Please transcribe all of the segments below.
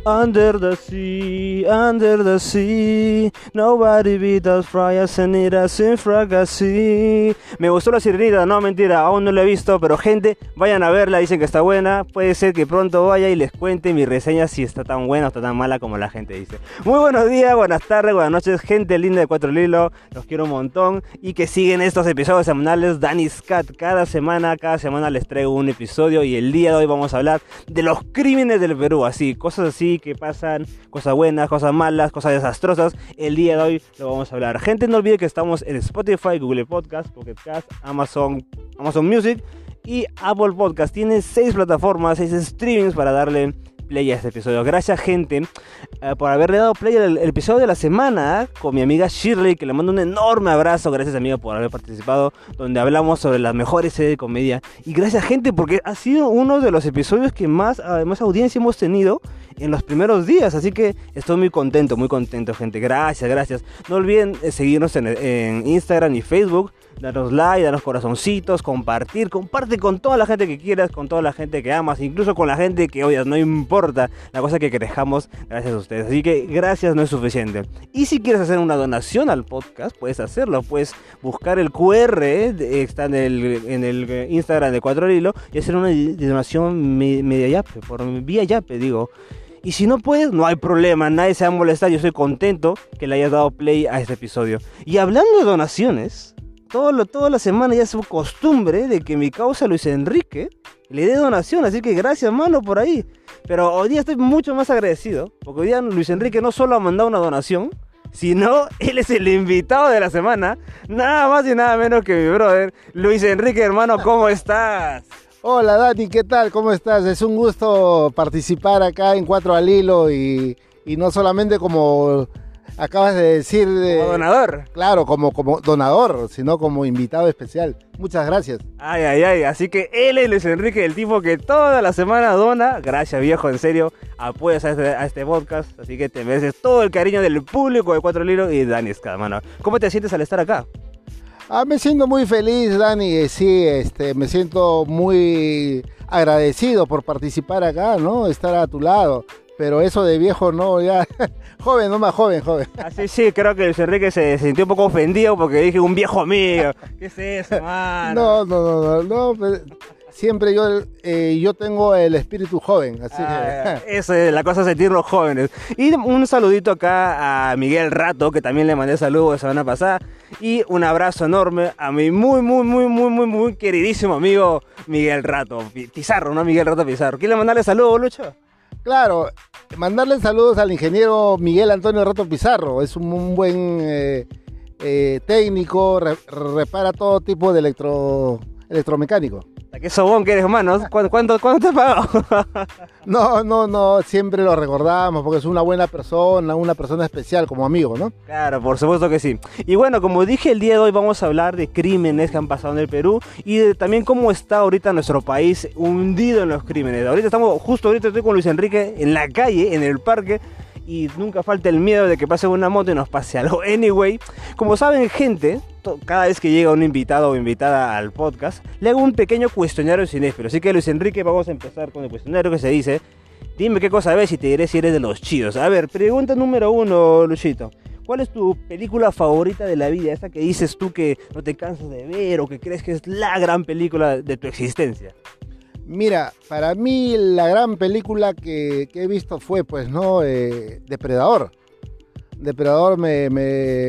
Under the sea, nobody beat us fryers and eat us in fragacy. Me gustó La Sirenita, no mentira, aún no la he visto, pero gente, vayan a verla, dicen que está buena. Puede ser que pronto vaya y les cuente mi reseña si está tan buena o está tan mala como la gente dice. Muy buenos días, buenas tardes, buenas noches, gente linda de Cuatro Lilo, los quiero un montón y que siguen estos episodios semanales Danny's Cat. Cada semana les traigo un episodio y el día de hoy vamos a hablar de los crímenes del Perú, así, cosas así que pasan, cosas buenas, cosas malas, cosas desastrosas. El día de hoy lo vamos a hablar. Gente, no olvide que estamos en Spotify, Google Podcast, Pocket Cast, Amazon Music y Apple Podcast. Tienen 6 plataformas, 6 streamings para darle play a este episodio. Gracias, gente, por haberle dado play al episodio de la semana con mi amiga Shirley, que le mando un enorme abrazo. Gracias, amiga, por haber participado, donde hablamos sobre las mejores series de comedia. Y gracias, gente, porque ha sido uno de los episodios que más audiencia hemos tenido en los primeros días, así que estoy muy contento, gente. Gracias. No olviden seguirnos en Instagram y Facebook, darnos like, darnos corazoncitos, comparte con toda la gente que quieras, con toda la gente que amas, incluso con la gente que odias, no importa, la cosa que crezcamos gracias a ustedes. Así que gracias no es suficiente. Y si quieres hacer una donación al podcast, puedes hacerlo, puedes buscar el QR, está en el Instagram de Cuatro Lilo, y hacer una donación media Yape, por vía Yape, digo. Y si no puedes, no hay problema, nadie se va a molestar. Yo estoy contento que le hayas dado play a este episodio. Y hablando de donaciones, toda la semana ya es su costumbre de que mi causa Luis Enrique le dé donación. Así que gracias, mano, por ahí. Pero hoy día estoy mucho más agradecido, porque hoy día Luis Enrique no solo ha mandado una donación, sino él es el invitado de la semana. Nada más y nada menos que mi brother Luis Enrique, hermano, ¿cómo estás? Hola Dani, ¿qué tal? ¿Cómo estás? Es un gusto participar acá en Cuatro al Hilo y no solamente como acabas de decir... como donador. Claro, como donador, sino como invitado especial. Muchas gracias. Ay, así que él es Luis Enrique, el tipo que toda la semana dona. Gracias, viejo, en serio, apoyas a este podcast, así que te mereces todo el cariño del público de Cuatro Lilo y Danny's Cat, mano. ¿Cómo te sientes al estar acá? Me siento muy feliz, Dani, sí, me siento muy agradecido por participar acá, ¿no? Estar a tu lado, pero eso de viejo no, ya, joven, no más joven. Sí, creo que Luis Enrique se sintió un poco ofendido porque dije un viejo amigo. ¿Qué es eso, mano? No, pues, siempre yo tengo el espíritu joven, así que... Eso es la cosa, sentir los jóvenes. Y un saludito acá a Miguel Rato, que también le mandé saludos la semana pasada. Y un abrazo enorme a mi muy queridísimo amigo Miguel Rato Pizarro, ¿no? Miguel Rato Pizarro. ¿Quieres mandarle saludos, Lucho? Claro, mandarle saludos al ingeniero Miguel Antonio Rato Pizarro. Es un buen técnico, repara todo tipo de electromecánico. ¿Qué sobón que eres, hermano? ¿Cuánto te pagó? No, siempre lo recordamos porque es una buena persona, una persona especial como amigo, ¿no? Claro, por supuesto que sí. Y bueno, como dije, el día de hoy vamos a hablar de crímenes que han pasado en el Perú y de también cómo está ahorita nuestro país hundido en los crímenes. Ahorita estoy con Luis Enrique en la calle, en el parque, y nunca falta el miedo de que pase una moto y nos pase algo. Anyway, como saben, gente, cada vez que llega un invitado o invitada al podcast, le hago un pequeño cuestionario cinéfilo. Así que, Luis Enrique, vamos a empezar con el cuestionario que se dice: dime qué cosa ves y te diré si eres de los chidos. A ver, pregunta número 1, Luchito. ¿Cuál es tu película favorita de la vida? Esa que dices tú que no te cansas de ver o que crees que es la gran película de tu existencia. Mira, para mí la gran película que he visto fue, pues, ¿no? Depredador. Depredador me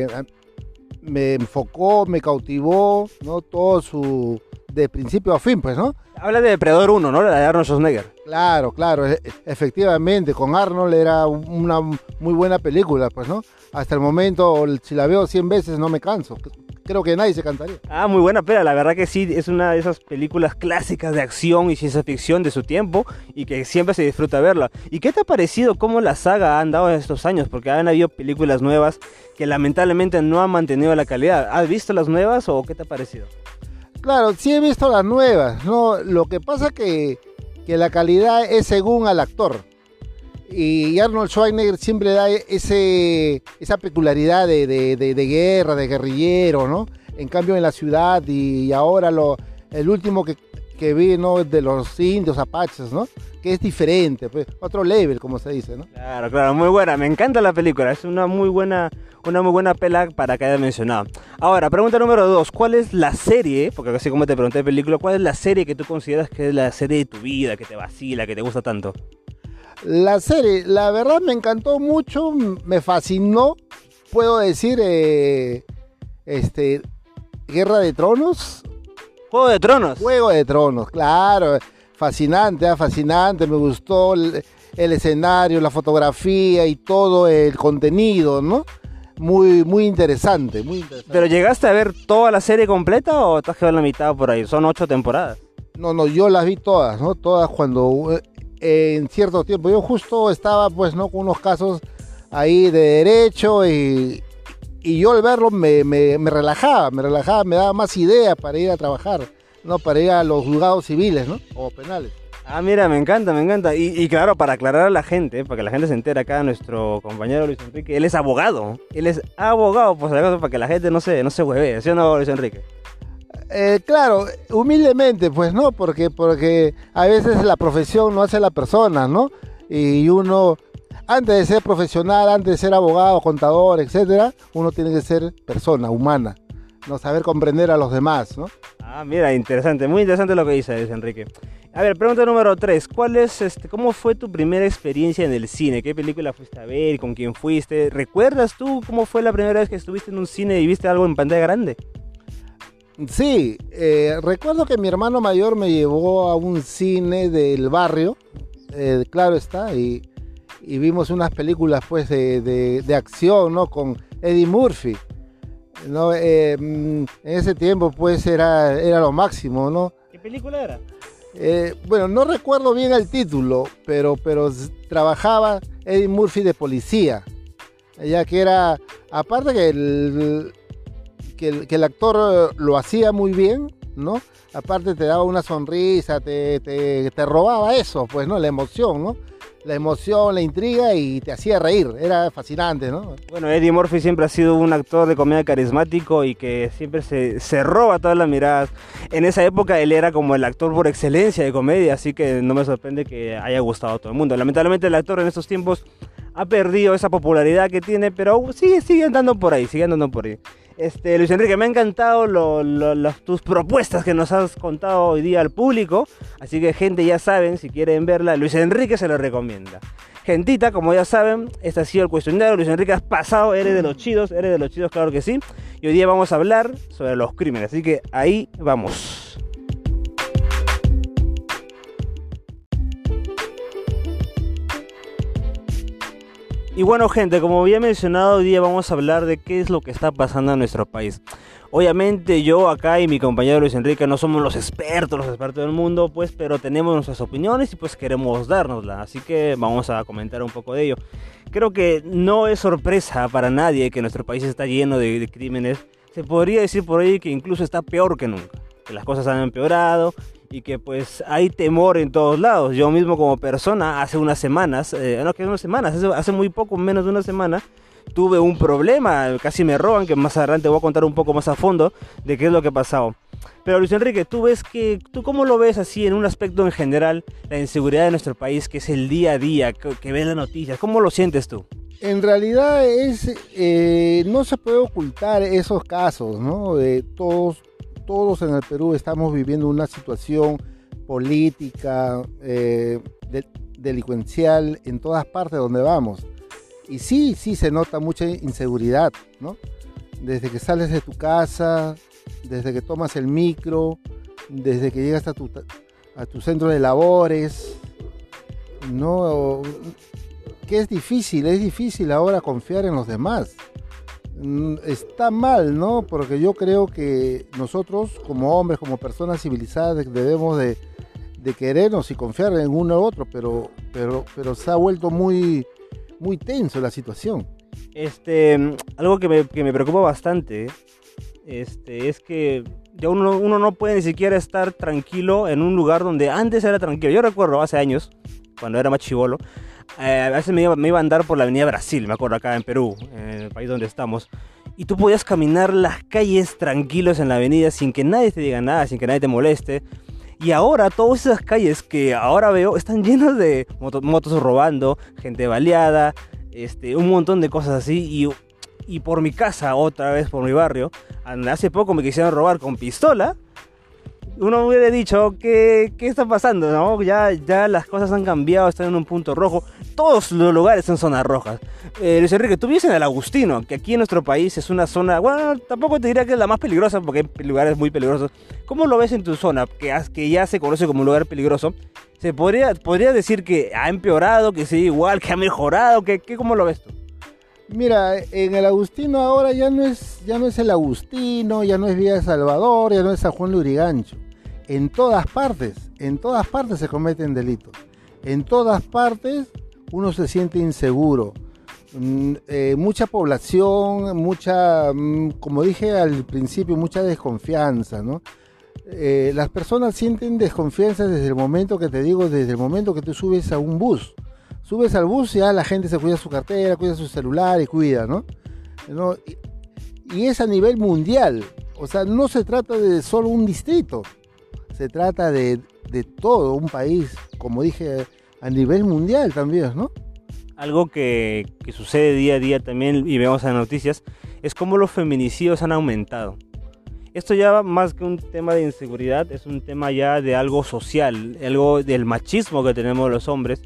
enfocó, me cautivó, ¿no? Todo de principio a fin, pues, ¿no? Habla de Depredador 1, ¿no? La de Arnold Schwarzenegger. Claro, efectivamente, con Arnold era una muy buena película, pues, ¿no? Hasta el momento, si la veo 100 veces no me canso. Creo que nadie se cansaría. Muy buena pela, la verdad que sí, es una de esas películas clásicas de acción y ciencia ficción de su tiempo y que siempre se disfruta verla. ¿Y qué te ha parecido cómo la saga ha andado en estos años? Porque han habido películas nuevas que lamentablemente no han mantenido la calidad. ¿Has visto las nuevas o qué te ha parecido? Claro, sí he visto las nuevas, ¿no? Lo que pasa que la calidad es según al actor. Y Arnold Schwarzenegger siempre da esa peculiaridad de guerra, de guerrillero, ¿no? En cambio en la ciudad y ahora el último que vi, ¿no? De los indios apaches, ¿no? Que es diferente, pues, otro level, como se dice, ¿no? Claro, claro, muy buena. Me encanta la película. Es una muy buena pela para que haya mencionado. Ahora, pregunta número 2. ¿Cuál es la serie? Porque así como te pregunté de película, ¿cuál es la serie que tú consideras que es la serie de tu vida, que te vacila, que te gusta tanto? La serie, la verdad me encantó mucho, me fascinó, puedo decir, Guerra de Tronos. Juego de Tronos. Juego de Tronos, claro, fascinante, fascinante, me gustó el escenario, la fotografía y todo el contenido, ¿no? Muy, muy interesante, muy interesante. ¿Pero llegaste a ver toda la serie completa o te has quedado en la mitad por ahí? Son 8 temporadas. No, yo las vi todas, ¿no? Todas cuando, en cierto tiempo, yo justo estaba, pues, ¿no? Con unos casos ahí de derecho y yo al verlo me relajaba, me daba más ideas para ir a trabajar, ¿no? Para ir a los juzgados civiles, ¿no? O penales. Ah, mira, me encanta, me encanta. Y claro, para aclarar a la gente, para que la gente se entere acá, nuestro compañero Luis Enrique, él es abogado. Él es abogado, pues, para que la gente no se huevee, ¿sí o no, Luis Enrique? Claro, humildemente, pues, ¿no? Porque a veces la profesión no hace la persona, ¿no? Y uno, antes de ser profesional, antes de ser abogado, contador, etcétera, uno tiene que ser persona, humana, ¿no? Saber comprender a los demás, ¿no? Ah, mira, interesante, muy interesante lo que dice Luis Enrique. A ver, pregunta número 3. ¿Cómo fue tu primera experiencia en el cine? ¿Qué película fuiste a ver? ¿Con quién fuiste? ¿Recuerdas tú cómo fue la primera vez que estuviste en un cine y viste algo en pantalla grande? Sí, recuerdo que mi hermano mayor me llevó a un cine del barrio, claro está, y vimos unas películas, pues, de acción, ¿no? Con Eddie Murphy, ¿no? En ese tiempo, pues, era lo máximo, ¿no? ¿Qué película era? Bueno, no recuerdo bien el título, pero trabajaba Eddie Murphy de policía, ya que era, aparte que el actor lo hacía muy bien, ¿no? Aparte te daba una sonrisa, te robaba eso, pues, ¿no? La emoción, ¿no? La emoción, la intriga y te hacía reír, era fascinante, ¿no? Bueno, Eddie Murphy siempre ha sido un actor de comedia carismático y que siempre se roba todas las miradas. En esa época él era como el actor por excelencia de comedia, así que no me sorprende que haya gustado a todo el mundo. Lamentablemente el actor en estos tiempos ha perdido esa popularidad que tiene, pero sigue andando por ahí, Luis Enrique, me ha encantado tus propuestas que nos has contado hoy día al público. Así que, gente, ya saben, si quieren verla, Luis Enrique se lo recomienda. Gentita, como ya saben, este ha sido el cuestionario. Luis Enrique, has pasado, eres de los chidos, claro que sí. Y hoy día vamos a hablar sobre los crímenes. Así que ahí vamos. Y bueno, gente, como había mencionado, hoy día vamos a hablar de qué es lo que está pasando en nuestro país. Obviamente yo acá y mi compañero Luis Enrique no somos los expertos del mundo, pues, pero tenemos nuestras opiniones y pues queremos dárnoslas. Así que vamos a comentar un poco de ello. Creo que no es sorpresa para nadie que nuestro país está lleno de crímenes. Se podría decir por ahí que incluso está peor que nunca, que las cosas han empeorado y que pues hay temor en todos lados. Yo mismo como persona hace unas semanas, hace muy poco, menos de una semana, tuve un problema, casi me roban, que más adelante voy a contar un poco más a fondo de qué es lo que ha pasado. Pero Luis Enrique, ¿tú cómo lo ves así en un aspecto en general, la inseguridad de nuestro país, que es el día a día, que ves las noticias? ¿Cómo lo sientes tú? En realidad no se puede ocultar esos casos, ¿no? Todos en el Perú estamos viviendo una situación política, delincuencial en todas partes donde vamos. Y sí se nota mucha inseguridad, ¿no? Desde que sales de tu casa, desde que tomas el micro, desde que llegas a tu centro de labores, ¿no? Que es difícil ahora confiar en los demás. Está mal, ¿no? Porque yo creo que nosotros como hombres, como personas civilizadas, debemos de querernos y confiar en uno u otro, pero se ha vuelto muy tenso la situación. Algo que me preocupa bastante es que ya uno no puede ni siquiera estar tranquilo en un lugar donde antes era tranquilo. Yo recuerdo hace años, cuando era más chibolo, a veces me iba a andar por la avenida Brasil, me acuerdo, acá en Perú, en el país donde estamos, y tú podías caminar las calles tranquilos en la avenida sin que nadie te diga nada, sin que nadie te moleste. Y ahora todas esas calles que ahora veo están llenas de motos robando, gente baleada, un montón de cosas así. Y por mi casa, otra vez por mi barrio, hace poco me quisieron robar con pistola. Uno hubiera dicho, ¿qué está pasando? ¿No? Ya las cosas han cambiado, están en un punto rojo. Todos los lugares son zonas rojas. Luis Enrique, tú vives en el Agustino, que aquí en nuestro país es una zona, bueno, tampoco te diría que es la más peligrosa, porque hay lugares muy peligrosos. ¿Cómo lo ves en tu zona, que ya se conoce como un lugar peligroso? ¿Se podría decir que ha empeorado, que sigue igual, que ha mejorado? ¿Cómo lo ves tú? Mira, en el Agustino ahora ya no es el Agustino, ya no es Villa de Salvador, ya no es San Juan de Urigancho. En todas partes se cometen delitos. En todas partes uno se siente inseguro. Mucha población, como dije al principio, mucha desconfianza, ¿no? Las personas sienten desconfianza desde el momento que tú subes a un bus. Subes al bus y ya la gente se cuida su cartera, cuida su celular y cuida, ¿no? Y es a nivel mundial. O sea, no se trata de solo un distrito. Se trata de todo un país, como dije, a nivel mundial también, ¿no? Algo que sucede día a día también, y vemos en las noticias, es cómo los feminicidios han aumentado. Esto ya va más que un tema de inseguridad, es un tema ya de algo social, algo del machismo que tenemos los hombres,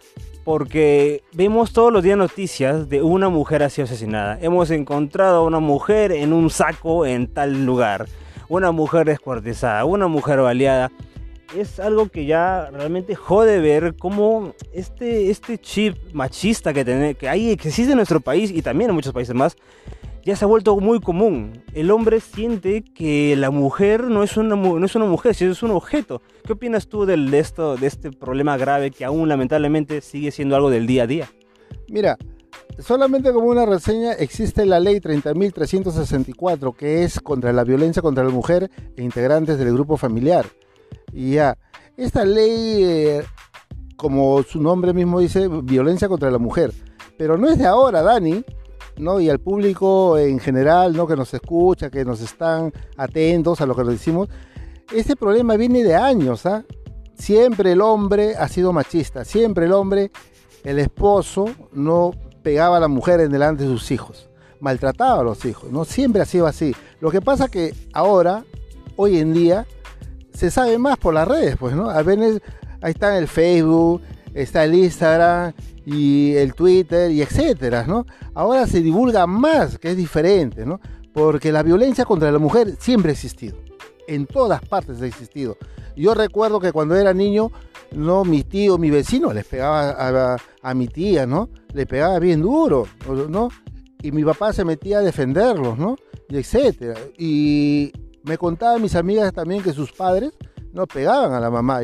porque vemos todos los días noticias de una mujer así asesinada. Hemos encontrado a una mujer en un saco en tal lugar, una mujer descuartizada, una mujer baleada. Es algo que ya realmente jode ver cómo este chip machista que existe en nuestro país y también en muchos países más, ya se ha vuelto muy común. El hombre siente que la mujer no es una mujer, sino es un objeto. ¿Qué opinas tú de este problema grave que aún lamentablemente sigue siendo algo del día a día? Mira, solamente como una reseña, existe la ley 30.364, que es contra la violencia contra la mujer e integrantes del grupo familiar. Y ya, esta ley, como su nombre mismo dice, violencia contra la mujer, pero no es de ahora, Dani, ¿no? Y al público en general, ¿no? Que nos escucha, que nos están atentos a lo que nos decimos, este problema viene de años, ¿ah? Siempre el hombre ha sido machista, siempre el esposo no pegaba a la mujer en delante de sus hijos, maltrataba a los hijos, ¿no? Siempre ha sido así. Lo que pasa que ahora, hoy en día, se sabe más por las redes, pues, ¿no? A veces ahí está el Facebook, está el Instagram y el Twitter y etcétera, ¿no? Ahora se divulga más, que es diferente, ¿no? Porque la violencia contra la mujer siempre ha existido. En todas partes ha existido. Yo recuerdo que cuando era niño, ¿no? Mi tío, mi vecino les pegaba a mi tía, ¿no? Le pegaba bien duro, ¿no? Y mi papá se metía a defenderlos, ¿no? Y etcétera. Y me contaban mis amigas también que sus padres no pegaban a la mamá.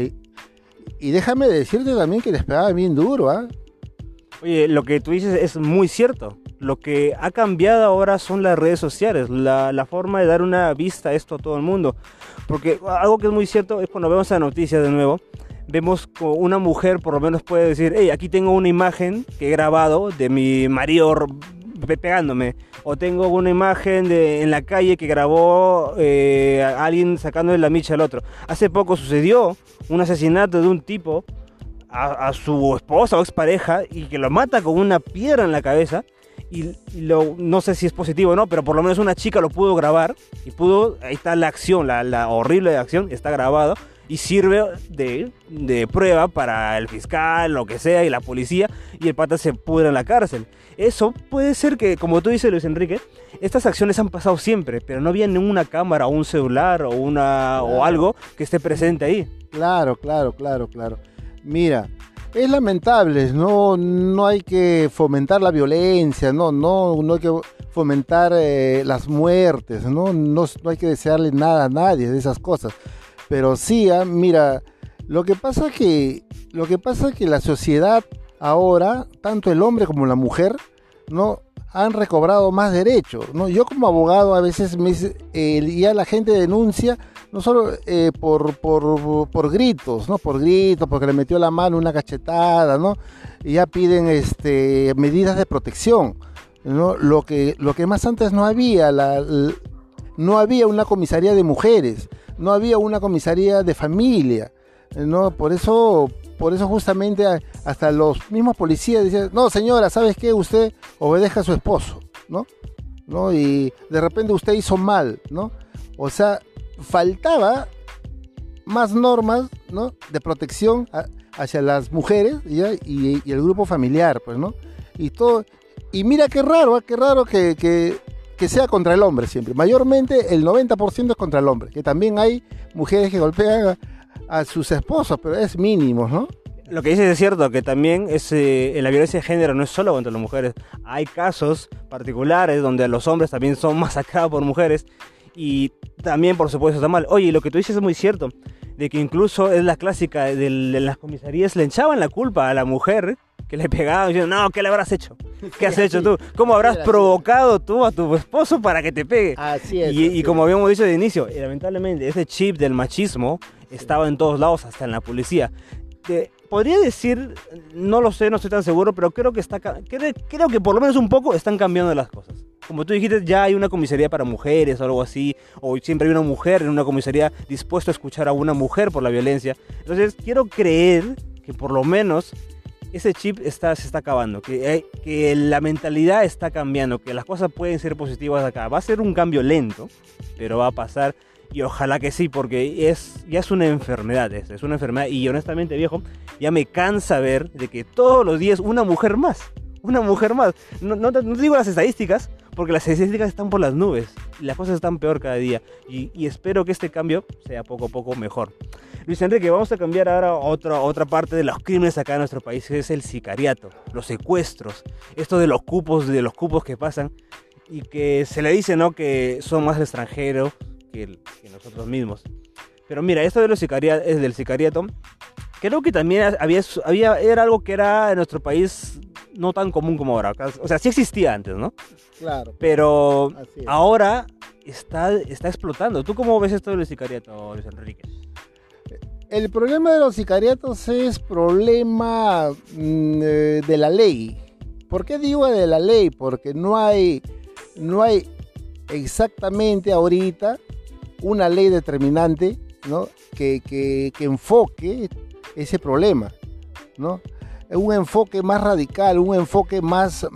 Y déjame decirte también que les pegaban bien duro, ¿ah? Oye, lo que tú dices es muy cierto. Lo que ha cambiado ahora son las redes sociales, la forma de dar una vista a esto a todo el mundo. Porque algo que es muy cierto es cuando vemos la noticia de nuevo, vemos que una mujer por lo menos puede decir, hey, aquí tengo una imagen que he grabado de mi marido pegándome, o tengo una imagen en la calle que grabó a alguien sacándole la micha al otro. Hace poco sucedió un asesinato de un tipo a su esposa o expareja y que lo mata con una piedra en la cabeza. No sé si es positivo o no, pero por lo menos una chica lo pudo grabar y ahí está la acción, la horrible acción, está grabado y sirve de prueba para el fiscal, lo que sea, y la policía, y el pata se pudre en la cárcel. Eso puede ser que, como tú dices, Luis Enrique, estas acciones han pasado siempre, pero no había ninguna cámara o un celular o algo que esté presente ahí. Claro. Mira, es lamentable, no hay que fomentar la violencia, no hay que fomentar las muertes, no hay que desearle nada a nadie de esas cosas. Pero sí, mira, lo que pasa es que la sociedad ahora, tanto el hombre como la mujer, no han recobrado más derechos, ¿no? Yo como abogado a veces ya la gente denuncia no solo por gritos, ¿no? Por gritos, porque le metió la mano una cachetada, ¿no? Y ya piden medidas de protección, ¿no? Lo que más antes no había, no había una comisaría de mujeres, no había una comisaría de familia, ¿no? Por eso justamente hasta los mismos policías decían, no señora, ¿sabes qué? Usted obedezca a su esposo, ¿no? Y de repente usted hizo mal, ¿no? O sea, faltaba más normas, ¿no? De protección hacia las mujeres, ¿ya? Y el grupo familiar, pues, ¿no? Y todo. Y mira qué raro que sea contra el hombre siempre. Mayormente el 90% es contra el hombre. Que también hay mujeres que golpean a sus esposos, pero es mínimo, ¿no? Lo que dices es cierto, que también la violencia de género no es solo contra las mujeres. Hay casos particulares donde los hombres también son masacrados por mujeres y también, por supuesto, está mal. Oye, lo que tú dices es muy cierto, de que incluso es la clásica de las comisarías, le echaban la culpa a la mujer que le pegaban diciendo, no, ¿qué le habrás hecho? ¿Qué has hecho tú? ¿Cómo habrás provocado tú a tu esposo para que te pegue? Así es. Y como habíamos dicho de inicio, lamentablemente ese chip del machismo estaba en todos lados, hasta en la policía. Podría decir, no lo sé, no estoy tan seguro, pero creo que por lo menos un poco están cambiando las cosas. Como tú dijiste, ya hay una comisaría para mujeres o algo así, o siempre hay una mujer en una comisaría dispuesta a escuchar a una mujer por la violencia. Entonces quiero creer que por lo menos ese chip se está acabando, que la mentalidad está cambiando, que las cosas pueden ser positivas acá. Va a ser un cambio lento, pero va a pasar. Y ojalá que sí, porque ya es una enfermedad, es una enfermedad. Y honestamente, viejo, ya me cansa ver de que todos los días una mujer más. No te digo las estadísticas, porque las estadísticas están por las nubes. Y las cosas están peor cada día. Y espero que este cambio sea poco a poco mejor. Luis Enrique, vamos a cambiar ahora a otra parte de los crímenes acá en nuestro país, que es el sicariato, los secuestros. Esto de los cupos que pasan y que se le dice, ¿no?, que son más extranjeros que nosotros mismos. Pero mira, esto de del sicariato, creo que también era algo que era en nuestro país no tan común como ahora. O sea, sí existía antes, ¿no? Claro. Pero ahora está explotando. ¿Tú cómo ves esto del sicariato, Luis Enrique? El problema de los sicariatos es problema de la ley. ¿Por qué digo de la ley? Porque no hay exactamente ahorita una ley determinante, ¿no?, que enfoque ese problema, ¿no? Un enfoque más radical, un enfoque más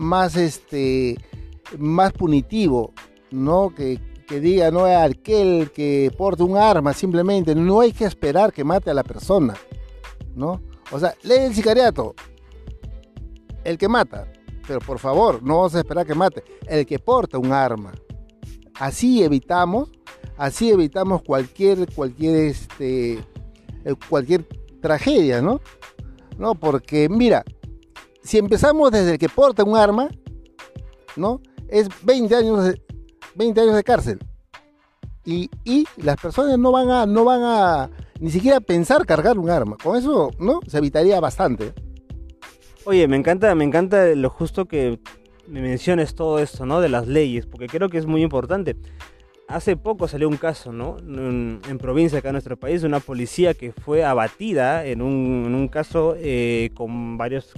punitivo, ¿no? Que diga, no es aquel que porte un arma, simplemente no hay que esperar que mate a la persona, ¿no? O sea, ley del sicariato, el que mata, pero por favor, no vamos a esperar que mate, el que porta un arma. Así evitamos cualquier tragedia, ¿no? No, porque mira, si empezamos desde el que porta un arma, ¿no?, es 20 años de cárcel. Y las personas no van a ni siquiera pensar cargar un arma. Con eso, ¿no?, se evitaría bastante. Oye, me encanta lo justo que me menciones todo esto, ¿no?, de las leyes, porque creo que es muy importante. Hace poco salió un caso, ¿no?, en provincia acá en nuestro país, de una policía que fue abatida en un caso con varias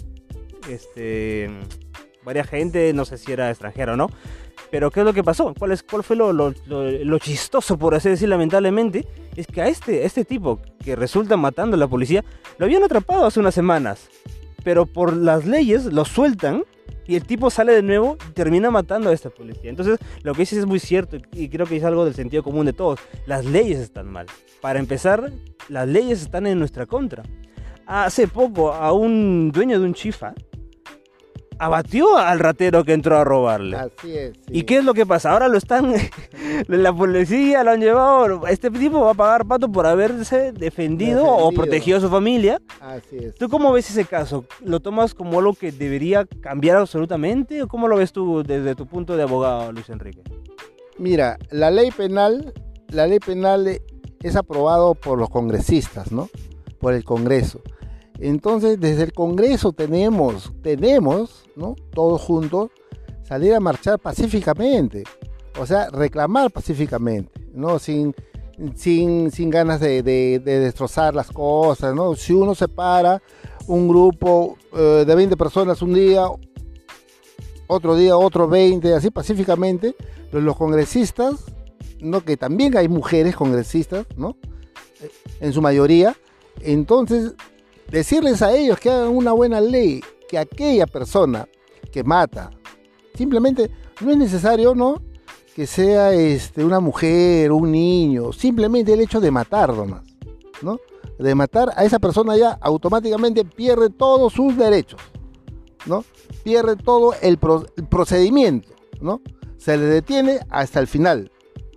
gente, no sé si era extranjera o no, pero ¿qué es lo que pasó? ¿Cuál fue lo chistoso, por así decir, lamentablemente? Es que a este tipo que resulta matando a la policía, lo habían atrapado hace unas semanas, pero por las leyes lo sueltan y el tipo sale de nuevo y termina matando a esta policía. Entonces, lo que dices es muy cierto y creo que es algo del sentido común de todos. Las leyes están mal. Para empezar, las leyes están en nuestra contra. Hace poco, a un dueño de un chifa abatió al ratero que entró a robarle. Así es. Sí. ¿Y qué es lo que pasa? Ahora la policía lo han llevado. Este tipo va a pagar pato por haberse defendido o protegido a su familia. Así es. ¿Tú cómo ves ese caso? ¿Lo tomas como algo que debería cambiar absolutamente? ¿O cómo lo ves tú desde tu punto de abogado, Luis Enrique? Mira, la ley penal es aprobado por los congresistas, ¿no?, por el Congreso. Entonces, desde el Congreso tenemos, ¿no?, todos juntos, salir a marchar pacíficamente, o sea, reclamar pacíficamente, ¿no?, sin ganas de destrozar las cosas, ¿no? Si uno se para, un grupo de 20 personas un día, otro día otro 20, así pacíficamente, los congresistas ¿no? Que también hay mujeres congresistas, ¿no? En su mayoría. Entonces, decirles a ellos que hagan una buena ley, que aquella persona que mata, simplemente no es necesario, ¿no?, que sea una mujer, un niño, simplemente el hecho de matar nomás, ¿no? De matar a esa persona ya automáticamente pierde todos sus derechos, ¿no? Pierde todo el procedimiento, ¿no? Se le detiene hasta el final.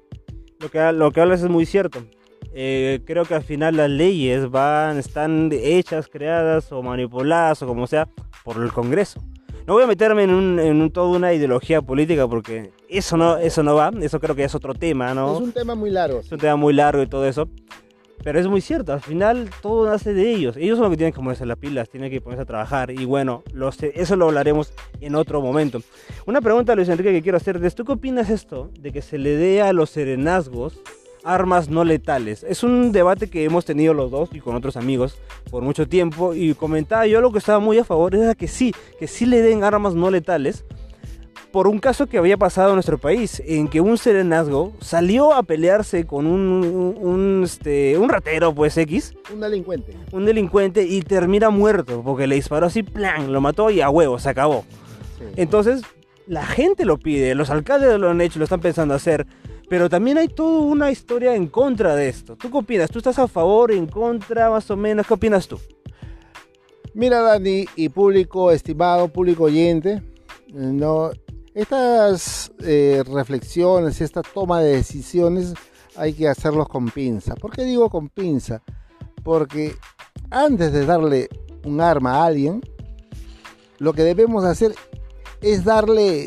Lo que hablas es muy cierto. Creo que al final las leyes están hechas, creadas o manipuladas o como sea por el Congreso. No voy a meterme en toda una ideología política porque eso no va, eso creo que es otro tema, ¿no? Es un tema muy largo. Es un tema muy largo y todo eso. Pero es muy cierto, al final todo nace de ellos. Ellos son los que tienen que ponerse las pilas, tienen que ponerse a trabajar. Y bueno, eso lo hablaremos en otro momento. Una pregunta, Luis Enrique, que quiero hacerte. ¿Tú qué opinas esto de que se le dé a los serenazgos armas no letales? Es un debate que hemos tenido los dos y con otros amigos por mucho tiempo. Y comentaba yo lo que estaba muy a favor era que sí le den armas no letales. Por un caso que había pasado en nuestro país, en que un serenazgo salió a pelearse con un ratero, pues X. Un delincuente y termina muerto, porque le disparó así, ¡plan! Lo mató y a huevo, se acabó. Sí. Entonces, la gente lo pide, los alcaldes lo han hecho, lo están pensando hacer, pero también hay toda una historia en contra de esto. ¿Tú qué opinas? ¿Tú estás a favor, en contra, más o menos? ¿Qué opinas tú? Mira, Dani, y público estimado, público oyente, no... Estas reflexiones, esta toma de decisiones hay que hacerlos con pinza. ¿Por qué digo con pinza? Porque antes de darle un arma a alguien, lo que debemos hacer es darle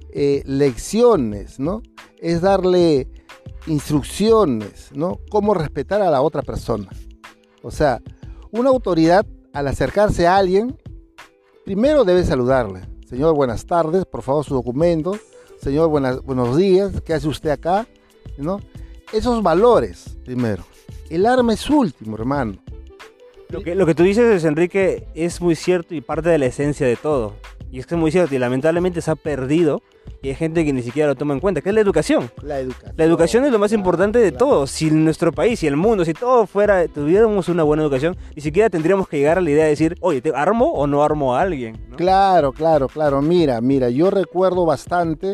lecciones, ¿no? Es darle instrucciones, ¿no? Cómo respetar a la otra persona. O sea, una autoridad al acercarse a alguien, primero debe saludarle. Señor, buenas tardes, por favor su documento. Señor, buenos días, ¿qué hace usted acá? ¿No? Esos valores, primero. El arma es último, hermano. Lo que tú dices, Enrique, es muy cierto y parte de la esencia de todo. Y es que es muy cierto y lamentablemente se ha perdido y hay gente que ni siquiera lo toma en cuenta, que es la educación. La educación es lo más importante de todo. Si en nuestro país, si el mundo, si todo tuviéramos una buena educación, ni siquiera tendríamos que llegar a la idea de decir, oye, ¿te armo o no armo a alguien? ¿No? Claro. Mira, yo recuerdo bastante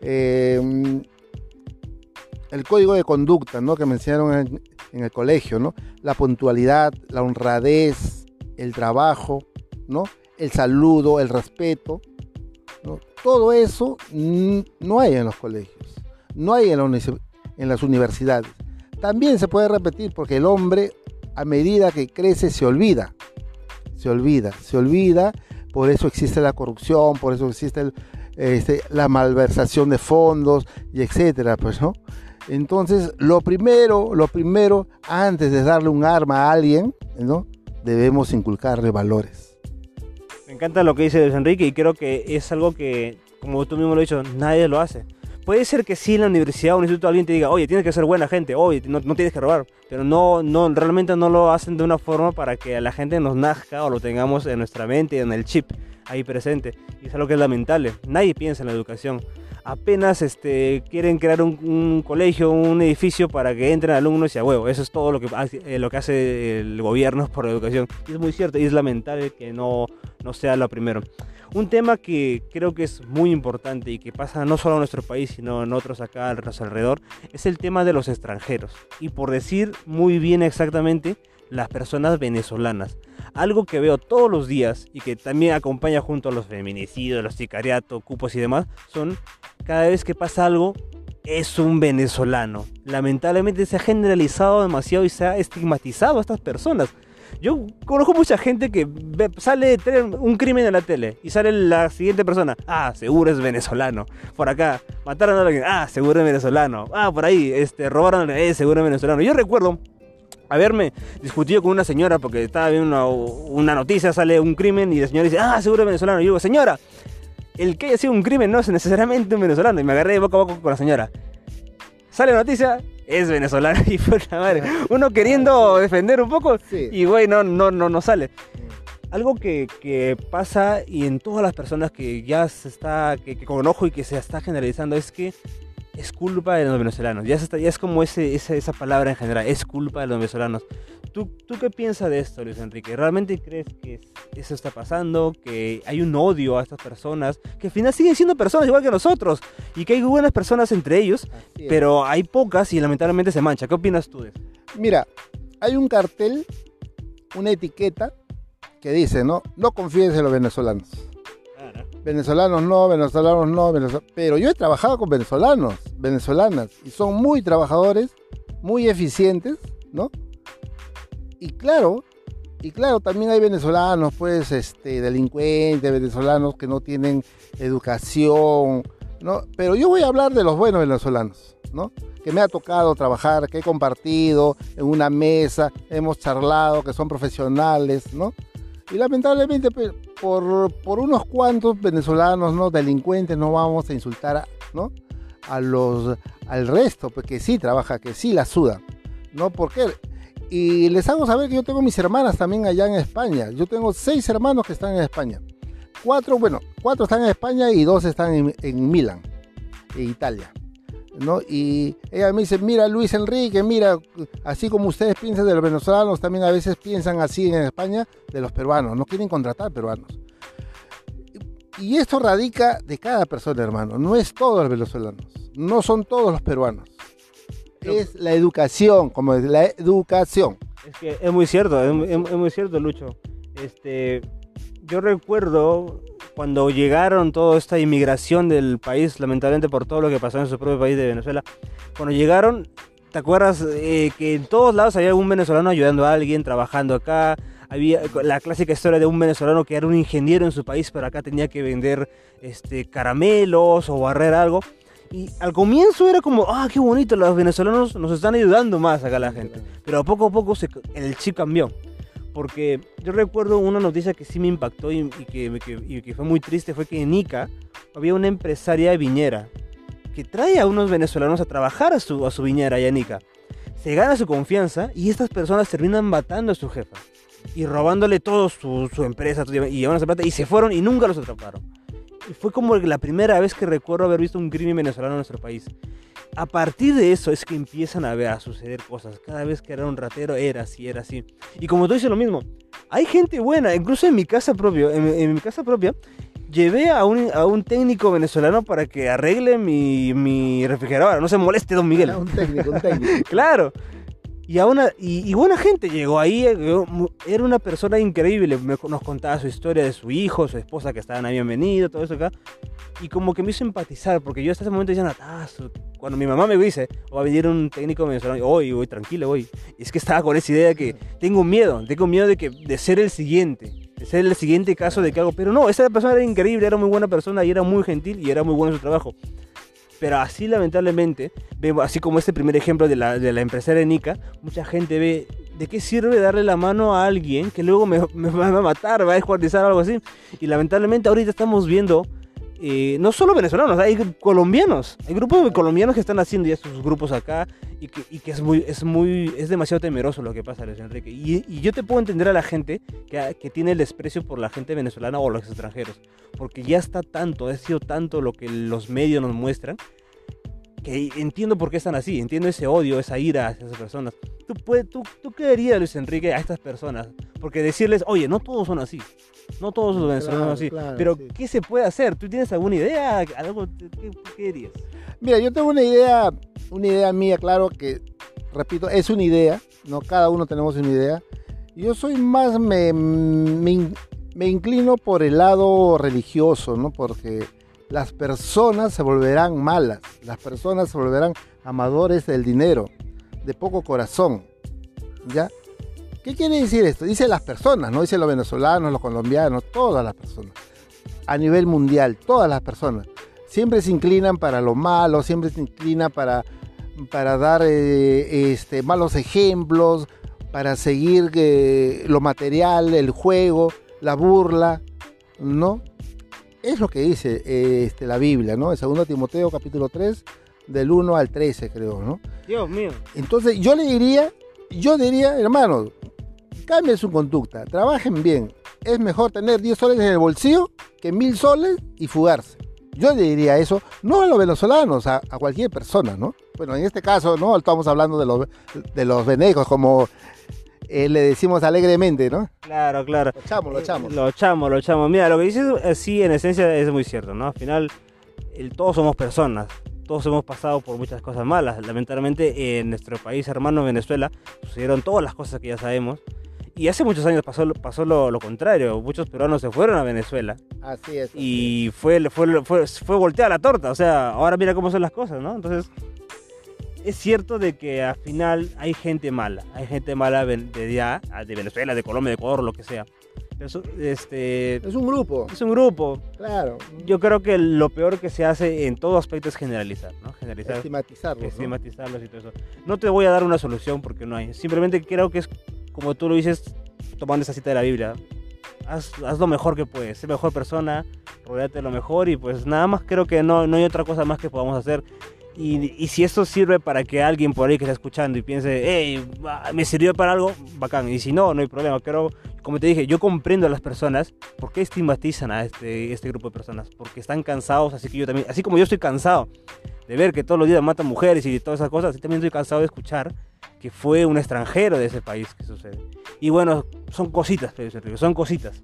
el código de conducta, ¿no?, que me enseñaron en el colegio, ¿no? La puntualidad, la honradez, el trabajo, ¿no?, el saludo, el respeto, ¿no? Todo eso no hay en los colegios, no hay en las universidades. También se puede repetir porque el hombre, a medida que crece, se olvida. Por eso existe la corrupción, por eso existe la malversación de fondos y etcétera, pues, ¿no? Entonces, lo primero, antes de darle un arma a alguien, ¿no?, debemos inculcarle valores. Me encanta lo que dice Luis Enrique y creo que es algo que, como tú mismo lo has dicho, nadie lo hace. Puede ser que sí en la universidad o en el instituto alguien te diga, oye, tienes que ser buena gente, oye, no tienes que robar, pero realmente no lo hacen de una forma para que a la gente nos nazca o lo tengamos en nuestra mente, en el chip ahí presente. Y es algo que es lamentable. Nadie piensa en la educación. Apenas quieren crear un colegio, un edificio para que entren alumnos y a huevo. Eso es todo lo que hace el gobierno por la educación. Y es muy cierto y es lamentable que no sea lo primero. Un tema que creo que es muy importante y que pasa no solo en nuestro país, sino en otros acá a nuestro alrededor, es el tema de los extranjeros. Y por decir muy bien exactamente, las personas venezolanas. Algo que veo todos los días y que también acompaña junto a los feminicidios, los sicariatos, cupos y demás, son cada vez que pasa algo, es un venezolano. Lamentablemente se ha generalizado demasiado y se ha estigmatizado a estas personas. Yo conozco mucha gente que sale un crimen en la tele y sale la siguiente persona, seguro es venezolano. Por acá, mataron a alguien, seguro es venezolano. Por ahí, robaron, seguro es venezolano. Yo recuerdo haberme discutido con una señora porque estaba viendo una noticia, sale un crimen y la señora dice, seguro es venezolano. Y yo digo, señora, el que haya sido un crimen no es necesariamente un venezolano. Y me agarré de boca a boca con la señora. Sale la noticia, es venezolano. Y fue la madre. Uno queriendo defender un poco, sí. Y güey, no sale. Algo que pasa y en todas las personas que ya que conozco y que se está generalizando es que es culpa de los venezolanos. Ya es como esa palabra en general, es culpa de los venezolanos. ¿Tú qué piensas de esto, Luis Enrique? ¿Realmente crees que eso está pasando? ¿Que hay un odio a estas personas? Que al final siguen siendo personas igual que nosotros. Y que hay buenas personas entre ellos, pero hay pocas y lamentablemente se mancha. ¿Qué opinas tú de eso? Mira, hay un cartel, una etiqueta que dice, ¿no? No confíes en los venezolanos. Venezolanos no, pero yo he trabajado con venezolanos, venezolanas, y son muy trabajadores, muy eficientes, ¿no? Y claro, también hay venezolanos, pues, delincuentes, venezolanos que no tienen educación, ¿no? Pero yo voy a hablar de los buenos venezolanos, ¿no? Que me ha tocado trabajar, que he compartido en una mesa, hemos charlado, que son profesionales, ¿no? Y lamentablemente por unos cuantos venezolanos, ¿no? Delincuentes, no vamos a insultar, ¿no? Al resto, pues que sí trabaja, que sí la suda, ¿no? ¿Por qué? Y les hago saber que yo tengo mis hermanas también allá en España. Yo tengo 6 hermanos que están en España. 4 están en España y 2 están en Milán, en Italia, ¿no? Y ella me dice, mira Luis Enrique, mira, así como ustedes piensan de los venezolanos, también a veces piensan así en España de los peruanos, no quieren contratar peruanos. Y esto radica de cada persona, hermano, no es todos los venezolanos, no son todos los peruanos. Es la educación, como es la educación. Es que es muy cierto, es muy cierto, Lucho. Yo recuerdo cuando llegaron toda esta inmigración del país, lamentablemente por todo lo que pasó en su propio país de Venezuela, cuando llegaron, ¿te acuerdas que en todos lados había un venezolano ayudando a alguien, trabajando acá? Había la clásica historia de un venezolano que era un ingeniero en su país, pero acá tenía que vender caramelos o barrer algo. Y al comienzo era como, qué bonito, los venezolanos nos están ayudando más acá la gente. Pero poco a poco el chip cambió. Porque yo recuerdo una noticia que sí me impactó y que fue muy triste, fue que en Ica había una empresaria viñera que trae a unos venezolanos a trabajar a su viñera allá en Ica. Se gana su confianza y estas personas terminan matando a su jefa y robándole todo su empresa y llevan esa plata y se fueron y nunca los atraparon. Y fue como la primera vez que recuerdo haber visto un crimen venezolano en nuestro país. A partir de eso es que empiezan a suceder cosas. Cada vez que era un ratero era así, era así. Y como tú dices lo mismo, hay gente buena. Incluso en mi casa propia, llevé a un técnico venezolano para que arregle mi refrigeradora. No se moleste, don Miguel. Un técnico. Claro. Y buena gente llegó ahí, era una persona increíble, nos contaba su historia de su hijo, su esposa que habían venido, todo eso acá, y como que me hizo empatizar, porque yo hasta ese momento decía, cuando mi mamá me dice, va a venir un técnico venezolano, voy, tranquilo, voy, y es que estaba con esa idea de que tengo miedo de ser el siguiente caso de que algo, pero no, esa persona era increíble, era muy buena persona, y era muy gentil, y era muy bueno en su trabajo. Pero así lamentablemente, vemos, así como este primer ejemplo de la empresaria Nica, mucha gente ve de qué sirve darle la mano a alguien que luego me va a matar, me va a descuartizar o algo así. Y lamentablemente ahorita estamos viendo, no solo venezolanos, hay colombianos, hay grupos de colombianos que están haciendo ya sus grupos acá y que es demasiado temeroso lo que pasa, Luis Enrique. Y yo te puedo entender a la gente que tiene el desprecio por la gente venezolana o los extranjeros, porque ya ha sido tanto lo que los medios nos muestran, que entiendo por qué están así, entiendo ese odio, esa ira hacia esas personas. ¿Tú qué dirías, Luis Enrique, a estas personas? Porque decirles, oye, no todos son así, no todos los venezolanos son así, pero sí. ¿Qué se puede hacer? ¿Tú tienes alguna idea? ¿Qué dirías? Mira, yo tengo una idea mía, claro, que, repito, es una idea, ¿no? Cada uno tenemos una idea. Yo soy más, me inclino por el lado religioso, ¿no? Porque las personas se volverán malas, las personas se volverán amadores del dinero, de poco corazón, ¿ya? ¿Qué quiere decir esto? Dice las personas, no dice los venezolanos, los colombianos, todas las personas, a nivel mundial, todas las personas, siempre se inclinan para lo malo, siempre se inclinan para dar malos ejemplos, para seguir lo material, el juego, la burla, ¿no? Es lo que dice la Biblia, ¿no? En 2 Timoteo capítulo 3, del 1 al 13, creo, ¿no? Dios mío. Entonces yo diría, hermanos, cambien su conducta, trabajen bien. Es mejor tener 10 soles en el bolsillo que 1000 soles y fugarse. Yo le diría eso, no a los venezolanos, a cualquier persona, ¿no? Bueno, en este caso, ¿no? Estamos hablando de los venecos, como le decimos alegremente, ¿no? Claro, claro. Lo echamos. Lo echamos. Mira, lo que dices sí, en esencia es muy cierto, ¿no? Al final, todos somos personas. Todos hemos pasado por muchas cosas malas. Lamentablemente, en nuestro país hermano Venezuela, sucedieron todas las cosas que ya sabemos. Y hace muchos años pasó lo contrario. Muchos peruanos se fueron a Venezuela. Así es. Y fue volteada la torta. O sea, ahora mira cómo son las cosas, ¿no? Entonces, es cierto de que al final hay gente mala. Hay gente mala de Venezuela, de Colombia, de Ecuador, lo que sea. Es un grupo. Es un grupo. Claro. Yo creo que lo peor que se hace en todo aspecto es generalizar, ¿no? Estigmatizarlos. Estigmatizarlos y todo eso. No te voy a dar una solución porque no hay. Simplemente creo que es, como tú lo dices, tomando esa cita de la Biblia. Haz lo mejor que puedes. Sé mejor persona, rodéate de lo mejor y pues nada más creo que no hay otra cosa más que podamos hacer. Y si esto sirve para que alguien por ahí que está escuchando y piense, hey, me sirvió para algo, bacán. Y si no, no hay problema. Pero, como te dije, yo comprendo a las personas. ¿Por qué estigmatizan a este grupo de personas? Porque están cansados, así que yo también, así como yo estoy cansado de ver que todos los días matan mujeres y todas esas cosas, así también estoy cansado de escuchar que fue un extranjero de ese país que sucede. Y bueno, son cositas, son cositas.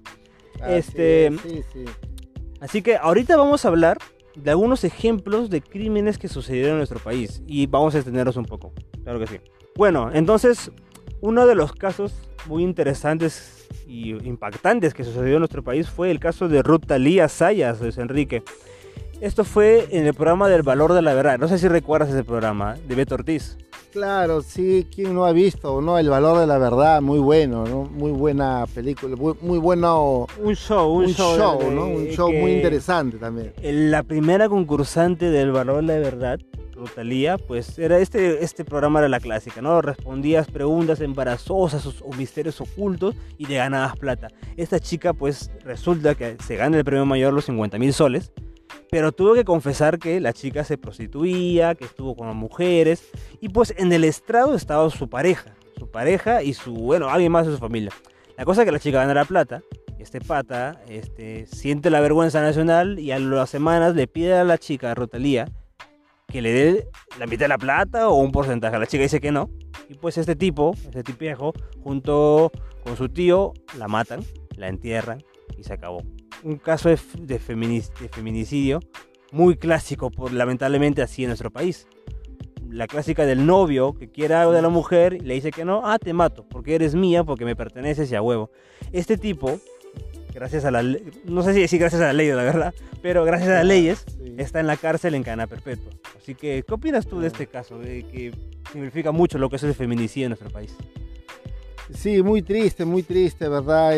Sí. Así que ahorita vamos a hablar de algunos ejemplos de crímenes que sucedieron en nuestro país y vamos a extendernos un poco, claro que sí. Bueno, entonces, uno de los casos muy interesantes y impactantes que sucedió en nuestro país fue el caso de Ruth Talía Zayas, Luis Enrique. Esto fue en el programa del Valor de la Verdad, no sé si recuerdas ese programa, de Beto Ortiz. Claro, sí, ¿quién no ha visto, no? El Valor de la Verdad, muy bueno, ¿no? Muy buena película, muy bueno. Un show, ¿no? Un show muy interesante también. La primera concursante del Valor de la Verdad, Ruth Talía, pues era este programa era la clásica, ¿no? Respondías preguntas embarazosas o misterios ocultos y te ganabas plata. Esta chica, pues, resulta que se gana el premio mayor, los 50.000 soles. Pero tuvo que confesar que la chica se prostituía, que estuvo con mujeres. Y pues en el estrado estaba su pareja y alguien más de su familia. La cosa es que la chica gana la plata. Este pata siente la vergüenza nacional y a las semanas le pide a la chica, a Ruth Talía, que le dé la mitad de la plata o un porcentaje. La chica dice que no. Y pues este tipejo, junto con su tío, la matan, la entierran y se acabó. Un caso de feminicidio muy clásico, lamentablemente así en nuestro país. La clásica del novio que quiere algo de la mujer y le dice que no, te mato, porque eres mía, porque me perteneces y a huevo. Este tipo, gracias a la ley, no sé si decir gracias a la ley, la verdad, pero gracias a las leyes, está en la cárcel en cadena perpetua. Así que, ¿qué opinas tú de este caso? De que significa mucho lo que es el feminicidio en nuestro país. Sí, muy triste, ¿verdad?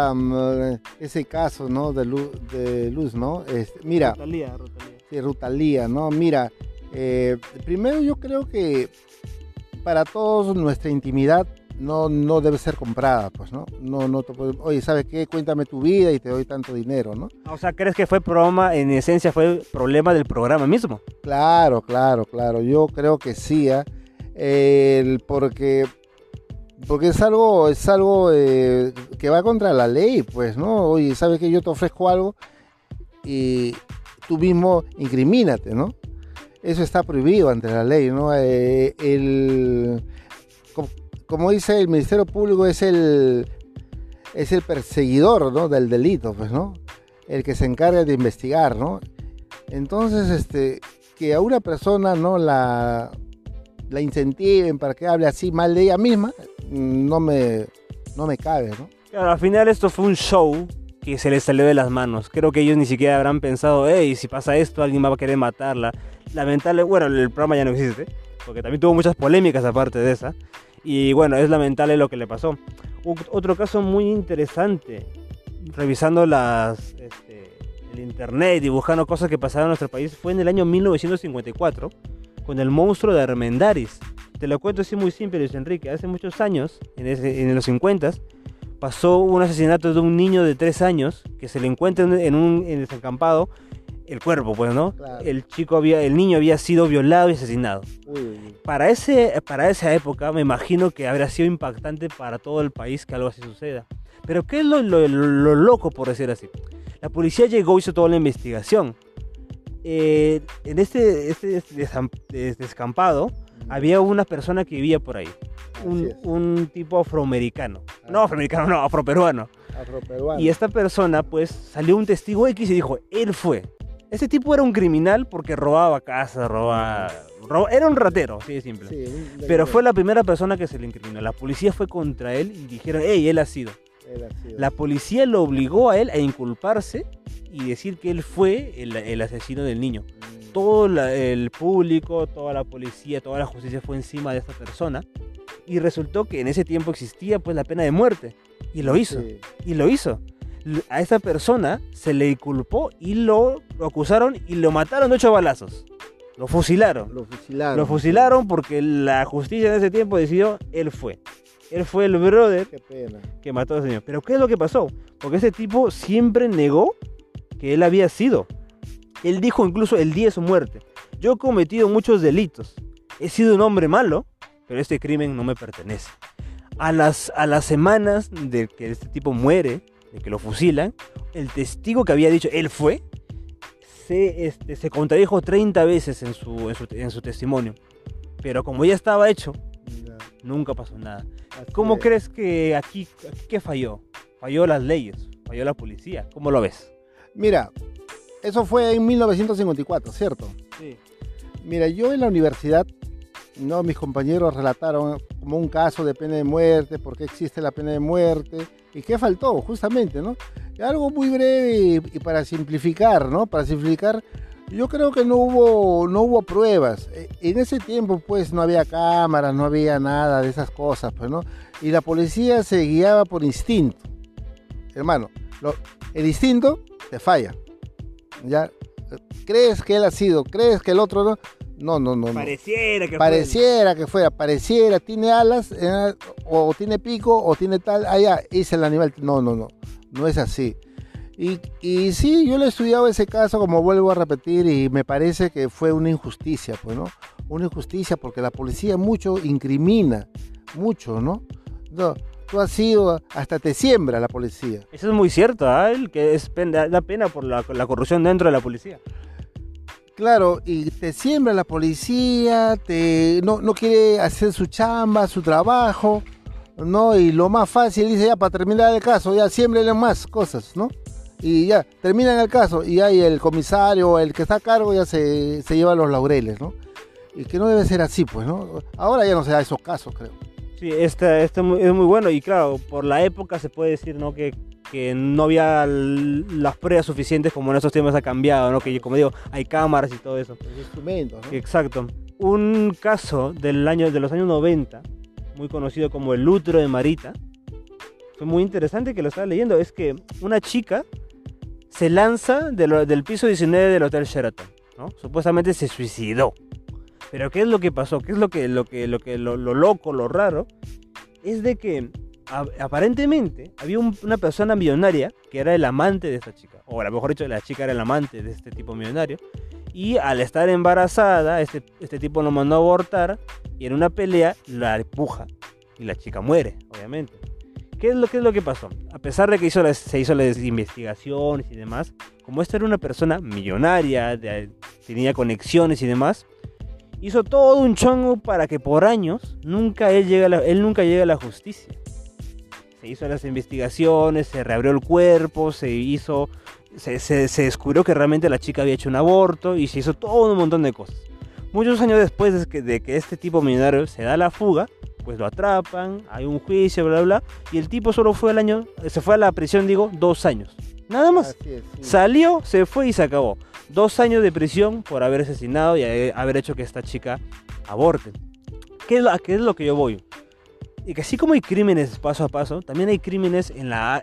Ese caso, ¿no? De Luz, ¿no? Mira, Ruth Talía, ¿no? Mira, primero yo creo que para todos nuestra intimidad no debe ser comprada, pues, ¿no? Oye, ¿sabes qué? Cuéntame tu vida y te doy tanto dinero, ¿no? O sea, ¿crees que en esencia fue problema del programa mismo? Claro, yo creo que sí, porque es algo que va contra la ley, pues, ¿no? Oye, ¿sabes qué? Yo te ofrezco algo y tú mismo incrimínate, ¿no? Eso está prohibido ante la ley, ¿no? Como dice el Ministerio Público, es el perseguidor, ¿no? Del delito, pues, ¿no? El que se encarga de investigar, ¿no? Entonces, que a una persona, ¿no? la incentiven para que hable así mal de ella misma, no me cabe, ¿no? Claro, al final esto fue un show que se les salió de las manos. Creo que ellos ni siquiera habrán pensado, si pasa esto, alguien va a querer matarla. Lamentable, bueno, el programa ya no existe, porque también tuvo muchas polémicas aparte de esa. Y bueno, es lamentable lo que le pasó. Otro caso muy interesante, revisando el internet y buscando cosas que pasaron en nuestro país, fue en el año 1954, con el monstruo de Armendáriz. Te lo cuento así muy simple, Luis Enrique. Hace muchos años, en los 50, pasó un asesinato de un niño de 3 años que se le encuentra en el desacampado el cuerpo, pues, ¿no? Claro. El niño había sido violado y asesinado. Para esa época me imagino que habría sido impactante para todo el país que algo así suceda. Pero ¿qué es lo loco, por decir así? La policía llegó, hizo toda la investigación. En este descampado había una persona que vivía por ahí. Así es. Un tipo afroamericano. No, afroamericano, no, afroperuano. Afroperuano. Y esta persona, pues, salió un testigo X y dijo, él fue. Ese tipo era un criminal porque robaba casas, era un ratero, así de simple. Sí, Pero fue la primera persona que se le incriminó. La policía fue contra él y dijeron, hey, él ha sido. La policía lo obligó a él a inculparse y decir que él fue el asesino del niño. Todo el público, toda la policía, toda la justicia fue encima de esta persona. Y resultó que en ese tiempo existía pues la pena de muerte. Y lo hizo. Sí. Y lo hizo. A esa persona se le inculpó y lo acusaron y lo mataron de 8 balazos. Lo fusilaron. Lo fusilaron porque la justicia en ese tiempo decidió, él fue. Él fue el brother Qué pena. que mató a ese señor. Pero ¿qué es lo que pasó? Porque ese tipo siempre negó que él había sido. Él dijo incluso el día de su muerte: yo he cometido muchos delitos. He sido un hombre malo, pero este crimen no me pertenece. A las semanas de que este tipo muere, de que lo fusilan, el testigo que había dicho él fue, se contradijo 30 veces en su testimonio. Pero como ya estaba hecho, nunca pasó nada. ¿Cómo crees que aquí qué falló? Falló las leyes, falló la policía. ¿Cómo lo ves? Mira, eso fue en 1954, ¿cierto? Sí. Mira, yo en la universidad, no, mis compañeros relataron como un caso de pena de muerte, por qué existe la pena de muerte y qué faltó, justamente, ¿no? Algo muy breve y para simplificar, ¿no? Para simplificar, yo creo que no hubo pruebas. En ese tiempo, pues, no había cámaras, no había nada de esas cosas, pues, ¿no? Y la policía se guiaba por instinto. Hermano, el instinto te falla. ¿Ya? ¿Crees que él ha sido? ¿Crees que el otro no? No. Pareciera que fuera, tiene alas, o tiene pico, o tiene tal, allá, es el animal. No es así. Y sí, yo le he estudiado ese caso, como vuelvo a repetir, y me parece que fue una injusticia, pues, ¿no? Una injusticia porque la policía mucho incrimina, mucho, ¿no? Tú has sido, hasta te siembra la policía. Eso es muy cierto, ¿eh? Que da pena por la corrupción dentro de la policía. Claro, y te siembra la policía, no quiere hacer su chamba, su trabajo, ¿no? Y lo más fácil, dice, ya para terminar el caso, ya siémbrele más cosas, ¿no? Y ya, terminan el caso, y ahí el comisario, el que está a cargo, ya se lleva los laureles, ¿no? Y que no debe ser así, pues, ¿no? Ahora ya no se da esos casos, creo. Sí, este es muy bueno y claro, por la época se puede decir, ¿no? que no había las pruebas suficientes, como en estos tiempos ha cambiado, ¿no? Que como digo, hay cámaras y todo eso. Los instrumentos, ¿no? Exacto. Un caso de los años 90, muy conocido como el Lutro de Marita, fue muy interesante que lo estaba leyendo. Es que una chica se lanza del piso 19 del Hotel Sheraton, ¿no? Supuestamente se suicidó. Pero ¿qué es lo que pasó? ¿Qué es lo loco, lo raro? Es de que aparentemente había una persona millonaria que era el amante de esta chica, o mejor dicho, la chica era el amante de este tipo millonario, y al estar embarazada, este tipo lo mandó a abortar, y en una pelea la empuja, y la chica muere, obviamente. ¿Qué es lo que pasó? A pesar de que se hizo las investigaciones y demás, como esta era una persona millonaria, tenía conexiones y demás, hizo todo un chongo para que por años él nunca llegue a la justicia. Se hizo las investigaciones, se reabrió el cuerpo, se descubrió que realmente la chica había hecho un aborto y se hizo todo un montón de cosas. Muchos años después de que este tipo millonario se da la fuga, pues lo atrapan, hay un juicio, bla, bla, bla, y el tipo solo se fue a la prisión, 2 años. Nada más. Así es, sí. Salió, se fue y se acabó. 2 años de prisión por haber asesinado y haber hecho que esta chica aborte. ¿Qué es lo que yo voy? Y que así como hay crímenes paso a paso, también hay crímenes en la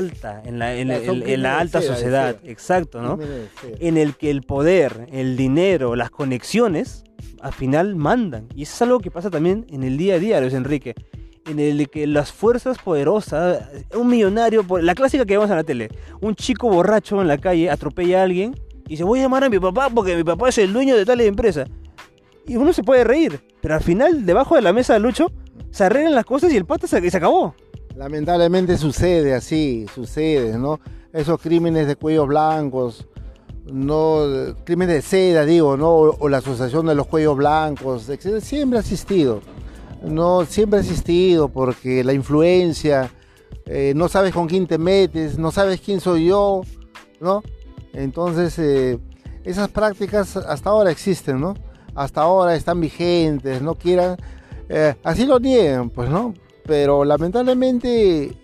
alta sociedad, exacto, ¿no? En el que el poder, el dinero, las conexiones, al final mandan. Y eso es algo que pasa también en el día a día, Luis Enrique. En el que las fuerzas poderosas, un millonario, la clásica que vemos en la tele, un chico borracho en la calle atropella a alguien y dice, voy a llamar a mi papá porque mi papá es el dueño de tal empresa. Y uno se puede reír, pero al final, debajo de la mesa de Lucho, se arreglan las cosas y el pata se acabó. Lamentablemente sucede así, ¿no? Esos crímenes de cuellos blancos, ¿no? Crimen de seda, digo, ¿no? O la asociación de los cuellos blancos, etcétera, siempre ha existido, ¿no? Siempre ha existido porque la influencia, no sabes con quién te metes, no sabes quién soy yo, ¿no? Entonces, esas prácticas hasta ahora existen, ¿no? Hasta ahora están vigentes, no quieran, así lo niegan, pues, ¿no? Pero lamentablemente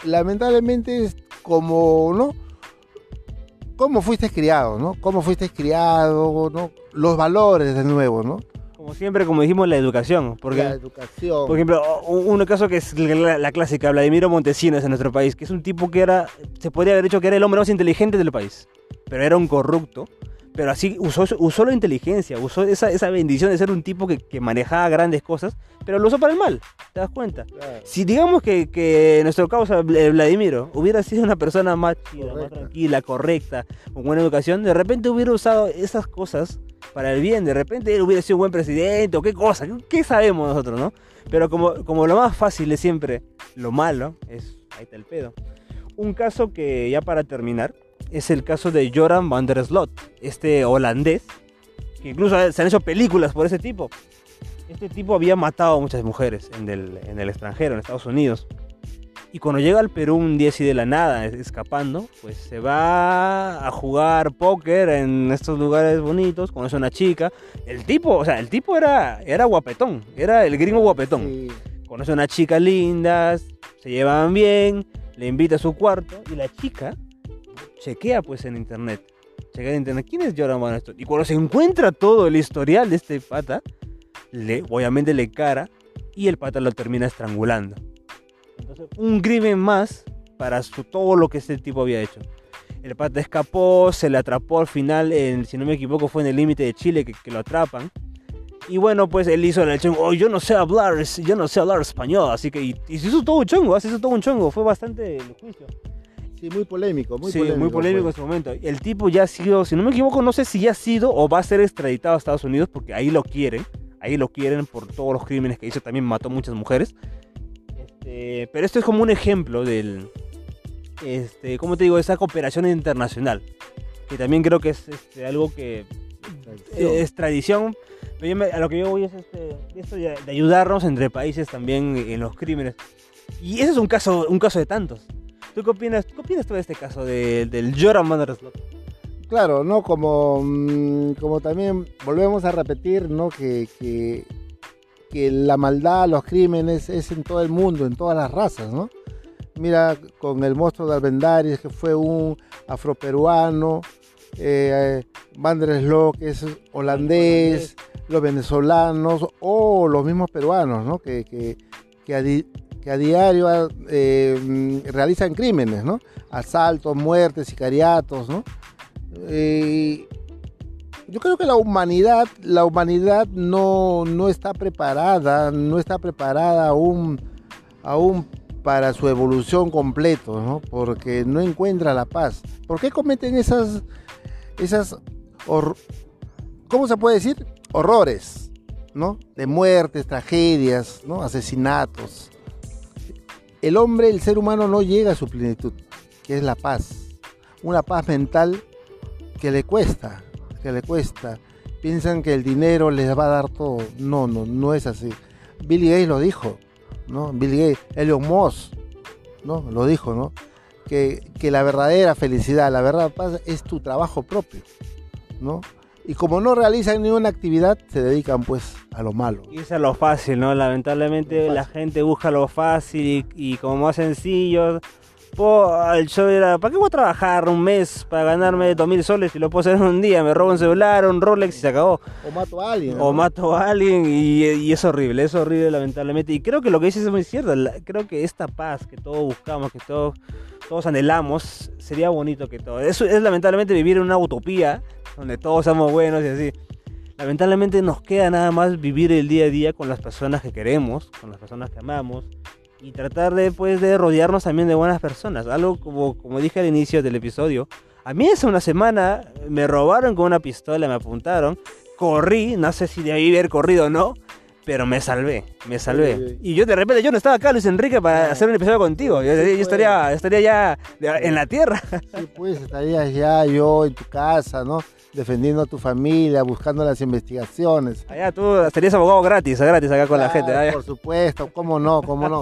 es como, ¿no? Cómo fuiste criado, ¿no? Cómo fuiste criado, ¿no? Los valores de nuevo, ¿no? Como siempre, como dijimos, la educación. Porque, La educación. por ejemplo, un caso que es la clásica, Vladimiro Montesinos en nuestro país, que es un tipo que se podría haber dicho que era el hombre más inteligente del país, pero era un corrupto. Pero así usó la inteligencia, usó esa bendición de ser un tipo que manejaba grandes cosas, pero lo usó para el mal, ¿te das cuenta? Claro. Si digamos que nuestro causa Vladimiro hubiera sido una persona más chida, más tranquila, correcta, con buena educación, de repente hubiera usado esas cosas para el bien, de repente él hubiera sido un buen presidente o qué cosa, qué sabemos nosotros, ¿no? Pero como lo más fácil es siempre lo malo, ahí está el pedo. Un caso que ya para terminar, es el caso de Joran van der Sloot, este holandés, que incluso se han hecho películas por ese tipo. Este tipo había matado a muchas mujeres en el extranjero, en Estados Unidos. Y cuando llega al Perú un día así de la nada, escapando, pues se va a jugar póker en estos lugares bonitos, conoce a una chica. El tipo era guapetón, era el gringo guapetón. Sí. Conoce a una chica linda, se llevan bien, le invita a su cuarto y la chica chequea pues en internet, quién es Joran van der Sloot, y cuando se encuentra todo el historial de este pata, obviamente le cara y el pata lo termina estrangulando. Entonces, un crimen más para todo lo que este tipo había hecho. El pata escapó, se le atrapó al final, si no me equivoco fue en el límite de Chile que lo atrapan. Y bueno, pues él hizo el chongo, yo no sé hablar español, así que y se hizo todo un chongo, fue bastante el juicio. Sí, muy polémico, muy polémico en su momento. El tipo ya ha sido, si no me equivoco, no sé si ya ha sido o va a ser extraditado a Estados Unidos porque ahí lo quieren por todos los crímenes que hizo, también mató muchas mujeres. Pero esto es como un ejemplo del, ¿cómo te digo? Esa cooperación internacional, que también creo que es algo que es tradición. Pero a lo que yo voy es esto de ayudarnos entre países también en los crímenes. Y ese es un caso de tantos. ¿Tú qué opinas tú de este caso del Joran van der Sloot? Claro, ¿no? Como también volvemos a repetir, ¿no? Que la maldad, los crímenes es en todo el mundo, en todas las razas, ¿no? Mira, con el monstruo de Arbendáriz, que fue un afroperuano, Van der Sloot, que es holandés, los venezolanos o los mismos peruanos, ¿no? Que a diario realizan crímenes, ¿no? Asaltos, muertes, sicariatos, ¿no? Yo creo que la humanidad no está preparada aún para su evolución completo, ¿no? Porque no encuentra la paz. ¿Por qué cometen ¿cómo se puede decir? Horrores, ¿no? De muertes, tragedias, ¿no? Asesinatos. El ser humano no llega a su plenitud, que es la paz. Una paz mental que le cuesta. Piensan que el dinero les va a dar todo. No es así. Bill Gates lo dijo, ¿no? Bill Gates, Elon Musk, ¿no? Lo dijo, ¿no? Que la verdadera felicidad, la verdadera paz es tu trabajo propio, ¿no? Y como no realizan ninguna actividad, se dedican pues a lo malo. Y es a lo fácil, ¿no? Lamentablemente la gente busca lo fácil y como más sencillo. Yo era, ¿para qué voy a trabajar un mes para ganarme 2.000 soles si lo puedo hacer en un día? Me robo un celular, un Rolex y se acabó. O mato a alguien, ¿no? O mato a alguien y es horrible lamentablemente. Y creo que lo que dices es muy cierto. Creo que esta paz que todos buscamos, que todos anhelamos, sería bonito que todo. Eso es lamentablemente vivir en una utopía donde todos somos buenos y así. Lamentablemente nos queda nada más vivir el día a día con las personas que queremos, con las personas que amamos y tratar de rodearnos también de buenas personas. Algo como dije al inicio del episodio, a mí hace una semana me robaron con una pistola, me apuntaron, corrí, no sé si debí haber corrido o no, pero me salvé. Sí. Y yo de repente, yo no estaba acá, Luis Enrique, para hacer un episodio contigo. Yo estaría ya en la tierra. Sí, pues estarías ya yo en tu casa, ¿no? Defendiendo a tu familia, buscando las investigaciones. Allá tú estarías abogado gratis acá con la gente. Por supuesto, cómo no.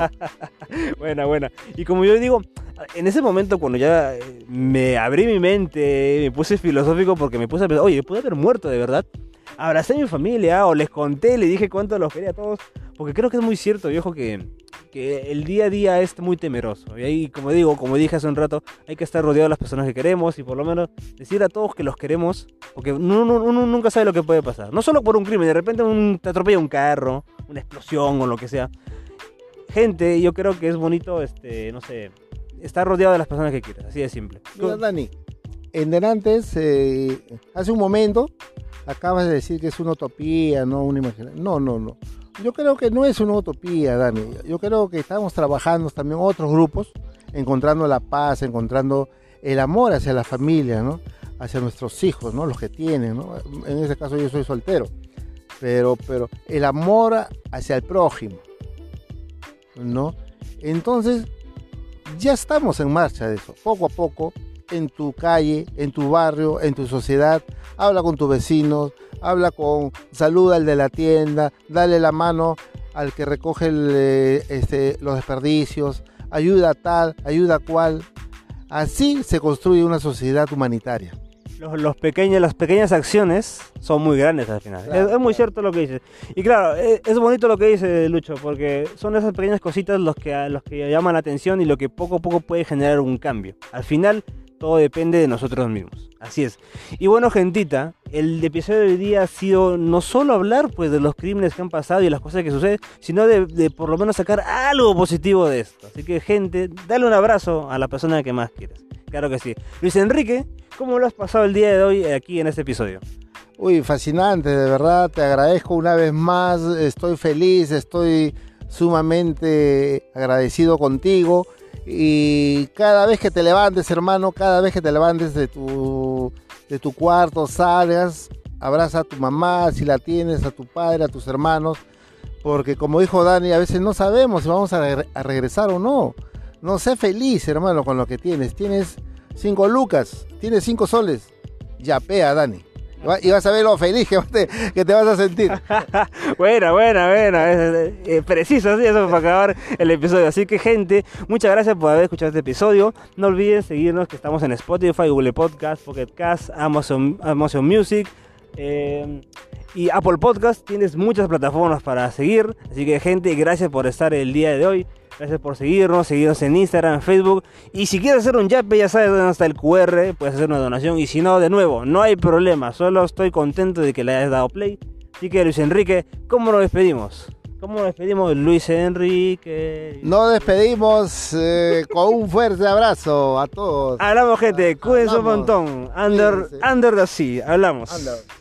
Buena. Y como yo digo, en ese momento cuando ya me abrí mi mente, me puse filosófico porque me puse a pensar, oye, pude haber muerto de verdad. Abracé a mi familia o les conté, le dije cuánto los quería a todos. Porque creo que es muy cierto, viejo, que el día a día es muy temeroso. Y ahí, como dije hace un rato, hay que estar rodeado de las personas que queremos y por lo menos decir a todos que los queremos. Porque uno nunca sabe lo que puede pasar. No solo por un crimen, de repente te atropella un carro, una explosión o lo que sea. Gente, yo creo que es bonito, no sé, estar rodeado de las personas que quieres, así de simple. Mira, Dani, en delante, hace un momento, acabas de decir que es una utopía, no una imaginación. No. Yo creo que no es una utopía, Dani. Yo creo que estamos trabajando también otros grupos, encontrando la paz, encontrando el amor hacia la familia, ¿no? Hacia nuestros hijos, ¿no? Los que tienen, ¿no? En ese caso yo soy soltero. Pero el amor hacia el prójimo, ¿no? Entonces, ya estamos en marcha de eso. Poco a poco, en tu calle, en tu barrio, en tu sociedad, habla con tus vecinos, saluda al de la tienda, dale la mano al que recoge los desperdicios, ayuda a tal, ayuda a cual. Así se construye una sociedad humanitaria. Las pequeñas acciones son muy grandes al final. Claro, es muy cierto lo que dices. Y claro, es bonito lo que dice Lucho, porque son esas pequeñas cositas los que llaman la atención y lo que poco a poco puede generar un cambio. Al final, todo depende de nosotros mismos. Así es. Y bueno, gentita, el episodio de hoy día ha sido no solo hablar pues de los crímenes que han pasado y las cosas que suceden, sino de por lo menos sacar algo positivo de esto. Así que, gente, dale un abrazo a la persona que más quieres. Claro que sí. Luis Enrique, ¿cómo lo has pasado el día de hoy aquí en este episodio? Uy, fascinante, de verdad, te agradezco una vez más, estoy feliz, estoy sumamente agradecido contigo. Y cada vez que te levantes, hermano, cada vez que te levantes de tu cuarto, salgas, abraza a tu mamá, si la tienes, a tu padre, a tus hermanos, porque como dijo Dani, a veces no sabemos si vamos a regresar o no. No, sé feliz, hermano, con lo que tienes. Tienes 5 lucas, tienes 5 soles, yapea, Dani. Y vas a ver lo feliz que te vas a sentir. Buena. Preciso, así eso para acabar el episodio. Así que, gente, muchas gracias por haber escuchado este episodio. No olviden seguirnos, que estamos en Spotify, Google Podcast, Pocket Cast, Amazon Music y Apple Podcast. Tienes muchas plataformas para seguir. Así que, gente, gracias por estar el día de hoy. Gracias por seguirnos en Instagram, en Facebook. Y si quieres hacer un yape, ya sabes dónde está el QR, puedes hacer una donación. Y si no, de nuevo, no hay problema. Solo estoy contento de que le hayas dado play. Así que, Luis Enrique, ¿cómo nos despedimos? Luis Enrique? Nos despedimos con un fuerte abrazo a todos. Hablamos, gente. Cuídense un montón. Under the sea. Hablamos.